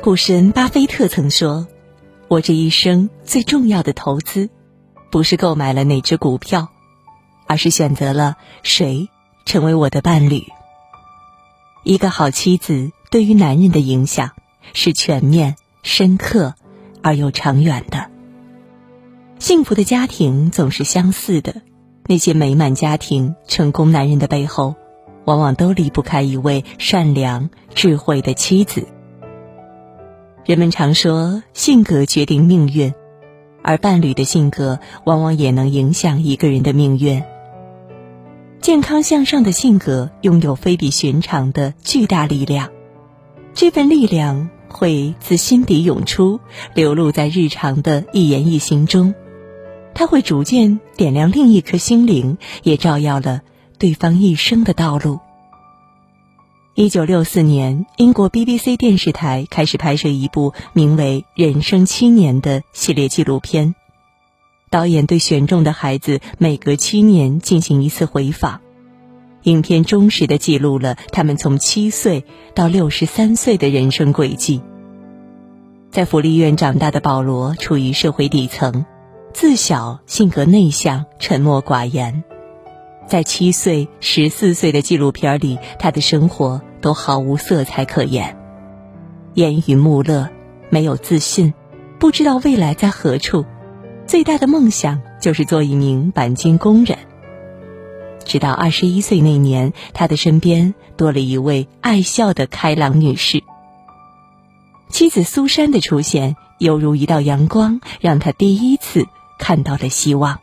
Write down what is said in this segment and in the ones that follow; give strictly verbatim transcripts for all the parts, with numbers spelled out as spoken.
股神巴菲特曾说，我这一生最重要的投资，不是购买了哪只股票，而是选择了谁成为我的伴侣。一个好妻子对于男人的影响是全面、深刻而又长远的。幸福的家庭总是相似的，那些美满家庭、成功男人的背后，往往都离不开一位善良、智慧的妻子。人们常说，性格决定命运，而伴侣的性格往往也能影响一个人的命运。健康向上的性格拥有非比寻常的巨大力量，这份力量会自心底涌出，流露在日常的一言一行中。它会逐渐点亮另一颗心灵，也照耀了对方一生的道路。一九六四年，英国 B B C 电视台开始拍摄一部名为《人生七年》的系列纪录片。导演对选中的孩子每隔七年进行一次回访，影片忠实地记录了他们从七岁到六十三岁的人生轨迹。在福利院长大的保罗处于社会底层，自小性格内向，沉默寡言。在七岁、十四岁的纪录片里，他的生活都毫无色彩可言，烟云暮乐，没有自信，不知道未来在何处。最大的梦想就是做一名钣金工人。直到二十一岁那年，他的身边多了一位爱笑的开朗女士。妻子苏珊的出现犹如一道阳光，让他第一次看到了希望。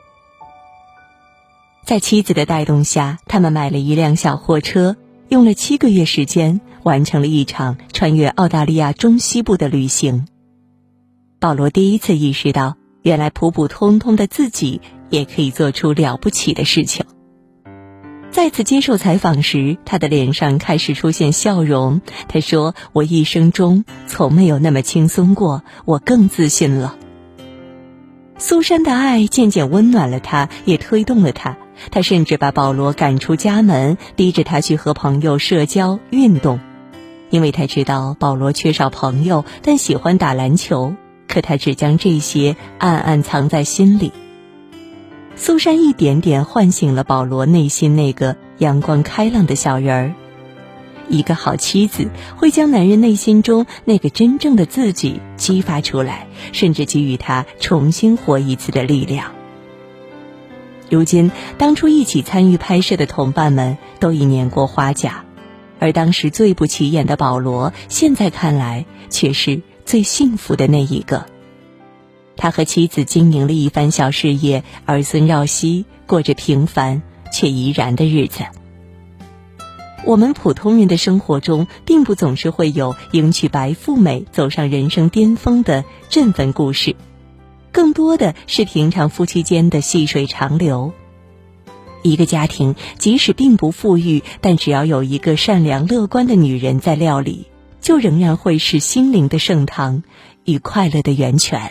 在妻子的带动下，他们买了一辆小货车，用了七个月时间完成了一场穿越澳大利亚中西部的旅行。保罗第一次意识到，原来普普通通的自己也可以做出了不起的事情。再次接受采访时，他的脸上开始出现笑容。他说，我一生中从没有那么轻松过，我更自信了。苏珊的爱渐渐温暖了他，也推动了他。他甚至把保罗赶出家门，逼着他去和朋友社交运动。因为他知道保罗缺少朋友，但喜欢打篮球，可他只将这些暗暗藏在心里。苏珊一点点唤醒了保罗内心那个阳光开朗的小人儿。一个好妻子会将男人内心中那个真正的自己激发出来，甚至给予他重新活一次的力量。如今，当初一起参与拍摄的同伴们都已年过花甲，而当时最不起眼的保罗，现在看来却是最幸福的那一个。他和妻子经营了一番小事业，儿孙绕膝，过着平凡却怡然的日子。我们普通人的生活中，并不总是会有迎娶白富美走上人生巅峰的振奋故事，更多的是平常夫妻间的细水长流。一个家庭即使并不富裕，但只要有一个善良乐观的女人在料理，就仍然会是心灵的圣堂与快乐的源泉。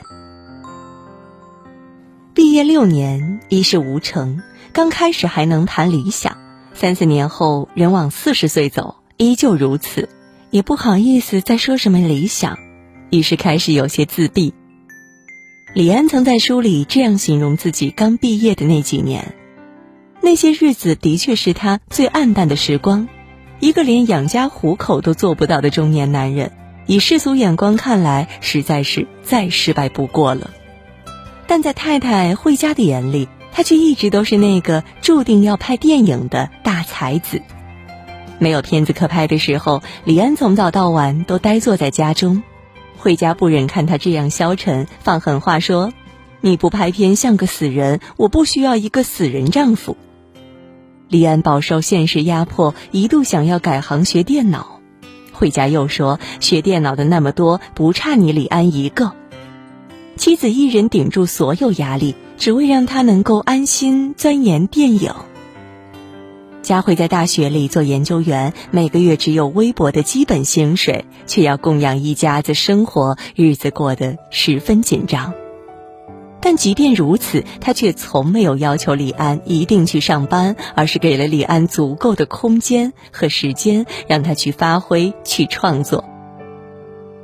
毕业六年，一事无成，刚开始还能谈理想，三四年后人往四十岁走，依旧如此，也不好意思再说什么理想，于是开始有些自闭。李安曾在书里这样形容自己刚毕业的那几年，那些日子的确是他最暗淡的时光。一个连养家糊口都做不到的中年男人，以世俗眼光看来，实在是再失败不过了。但在太太惠佳的眼里，他却一直都是那个注定要拍电影的大才子。没有片子可拍的时候，李安从早到晚都呆坐在家中。惠佳不忍看他这样消沉，放狠话说，你不拍片像个死人，我不需要一个死人丈夫。李安饱受现实压迫，一度想要改行学电脑。惠佳又说，学电脑的那么多，不差你李安一个。妻子一人顶住所有压力，只为让他能够安心钻研电影。佳慧在大学里做研究员，每个月只有微薄的基本薪水，却要供养一家子生活，日子过得十分紧张。但即便如此，他却从没有要求李安一定去上班，而是给了李安足够的空间和时间，让他去发挥，去创作。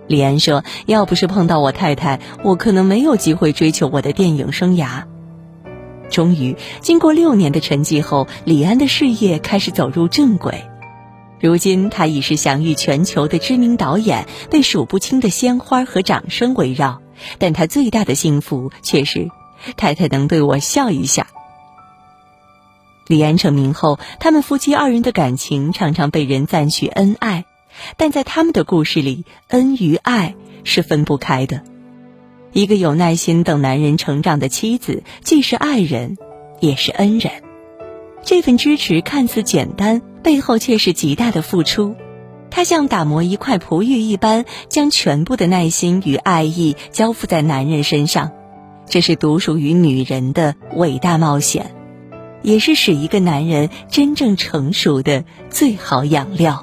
李安说，要不是碰到我太太，我可能没有机会追求我的电影生涯。终于，经过六年的沉寂后，李安的事业开始走入正轨。如今他已是享誉全球的知名导演，被数不清的鲜花和掌声围绕，但他最大的幸福却是太太能对我笑一下。李安成名后，他们夫妻二人的感情常常被人赞许恩爱，但在他们的故事里，恩与爱是分不开的。一个有耐心等男人成长的妻子，既是爱人，也是恩人。这份支持看似简单，背后却是极大的付出。她像打磨一块璞玉一般，将全部的耐心与爱意交付在男人身上，这是独属于女人的伟大冒险，也是使一个男人真正成熟的最好养料。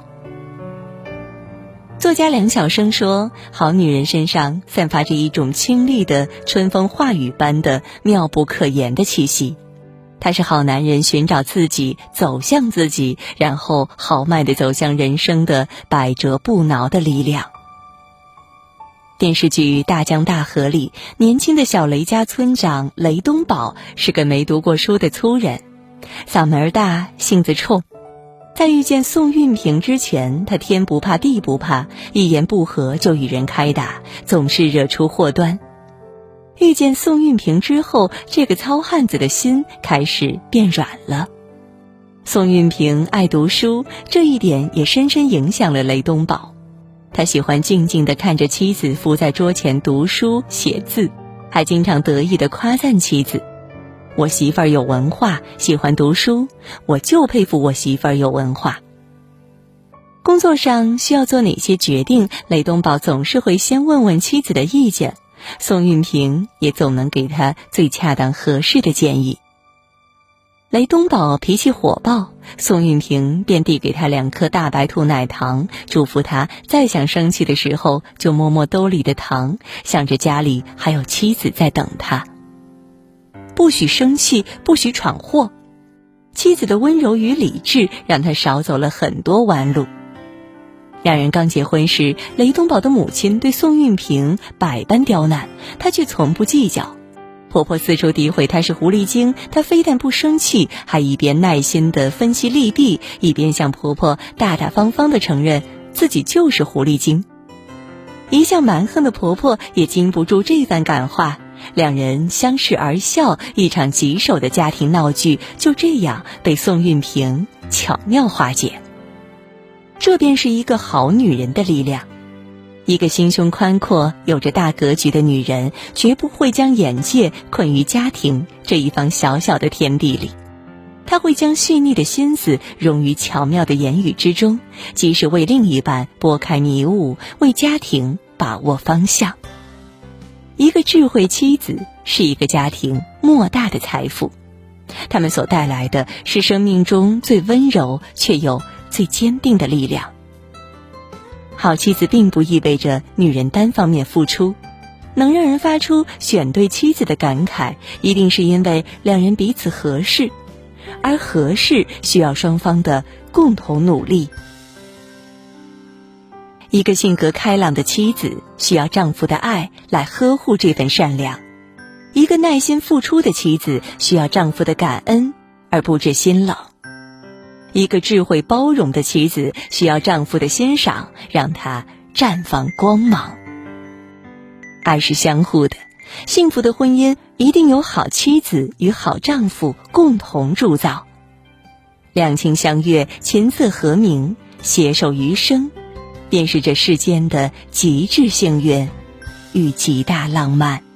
作家梁晓声说，好女人身上散发着一种清丽的春风化雨般的妙不可言的气息，它是好男人寻找自己，走向自己，然后豪迈地走向人生的百折不挠的力量。电视剧《大江大河》里，年轻的小雷家村长雷东宝是个没读过书的粗人，嗓门大，性子冲。在遇见宋运平之前，他天不怕地不怕，一言不合就与人开打，总是惹出祸端。遇见宋运平之后，这个糙汉子的心开始变软了。宋运平爱读书，这一点也深深影响了雷东宝。他喜欢静静地看着妻子伏在桌前读书写字，还经常得意地夸赞妻子，我媳妇儿有文化，喜欢读书，我就佩服我媳妇儿有文化。工作上需要做哪些决定，雷东宝总是会先问问妻子的意见，宋运平也总能给他最恰当合适的建议。雷东宝脾气火爆，宋运平便递给他两颗大白兔奶糖，嘱咐他再想生气的时候就摸摸兜里的糖，想着家里还有妻子在等他。不许生气，不许闯祸。妻子的温柔与理智让他少走了很多弯路。两人刚结婚时，雷东宝的母亲对宋运平百般刁难，他却从不计较。婆婆四处诋毁她是狐狸精，她非但不生气，还一边耐心地分析利弊，一边向婆婆大大方方地承认自己就是狐狸精。一向蛮横的婆婆也禁不住这番感话，两人相视而笑，一场棘手的家庭闹剧就这样被宋运平巧妙化解。这便是一个好女人的力量。一个心胸宽阔、有着大格局的女人，绝不会将眼界困于家庭这一方小小的天地里。她会将细腻的心思融于巧妙的言语之中，即使为另一半拨开迷雾，为家庭把握方向。一个智慧妻子是一个家庭莫大的财富，他们所带来的是生命中最温柔却又最坚定的力量。好妻子并不意味着女人单方面付出，能让人发出选对妻子的感慨，一定是因为两人彼此合适，而合适需要双方的共同努力。一个性格开朗的妻子需要丈夫的爱来呵护这份善良，一个耐心付出的妻子需要丈夫的感恩而不致心冷，一个智慧包容的妻子需要丈夫的欣赏，让她绽放光芒。爱是相互的，幸福的婚姻一定由好妻子与好丈夫共同铸造。两情相悦，琴瑟和鸣，携手余生，便是这世间的极致幸运与极大浪漫。